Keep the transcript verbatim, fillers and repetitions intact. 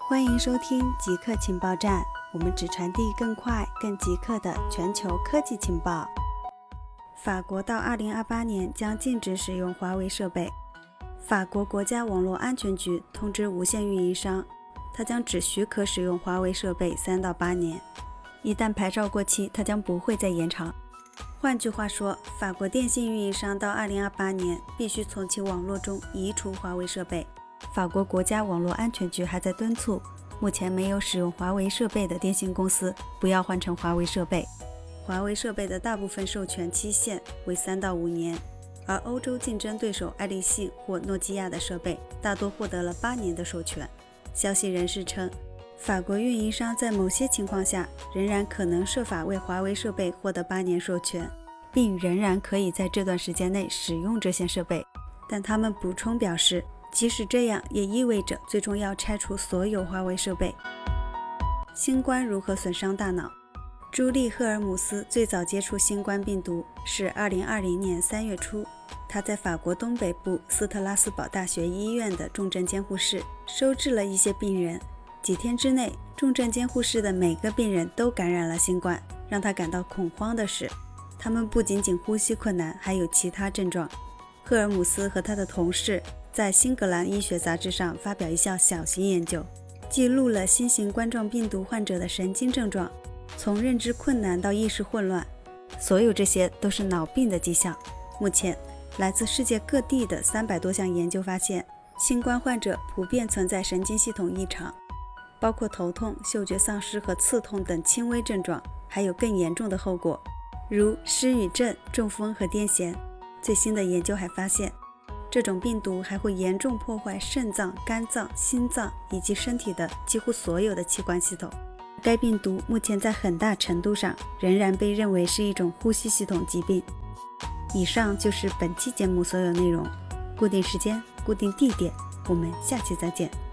欢迎收听极客情报站，我们只传递更快、更极客的全球科技情报。法国到二零二八年将禁止使用华为设备。法国国家网络安全局通知无线运营商，它将只许可使用华为设备三到八年，一旦牌照过期，它将不会再延长。换句话说，法国电信运营商到二零二八年必须从其网络中移除华为设备。法国国家网络安全局还在敦促目前没有使用华为设备的电信公司不要换成华为设备。华为设备的大部分授权期限为三到五年，而欧洲竞争对手爱立信或诺基亚的设备大多获得了八年的授权。消息人士称，法国运营商在某些情况下仍然可能设法为华为设备获得八年授权，并仍然可以在这段时间内使用这些设备。但他们补充表示，即使这样也意味着最终要拆除所有华为设备。新冠如何损伤大脑？朱莉·赫尔姆斯最早接触新冠病毒是二零二零年三月初，他在法国东北部斯特拉斯堡大学医院的重症监护室收治了一些病人。几天之内，重症监护室的每个病人都感染了新冠。让他感到恐慌的是，他们不仅仅呼吸困难，还有其他症状。赫尔姆斯和他的同事在新格兰医学杂志上发表一项小型研究，记录了新型冠状病毒患者的神经症状，从认知困难到意识混乱，所有这些都是脑病的迹象。目前，来自世界各地的三百多项研究发现，新冠患者普遍存在神经系统异常，包括头痛、嗅觉丧失和刺痛等轻微症状，还有更严重的后果，如失语症、中风和癫痫。最新的研究还发现，这种病毒还会严重破坏肾脏、肝脏、心脏以及身体的几乎所有的器官系统。该病毒目前在很大程度上仍然被认为是一种呼吸系统疾病。以上就是本期节目所有内容，固定时间、固定地点，我们下期再见。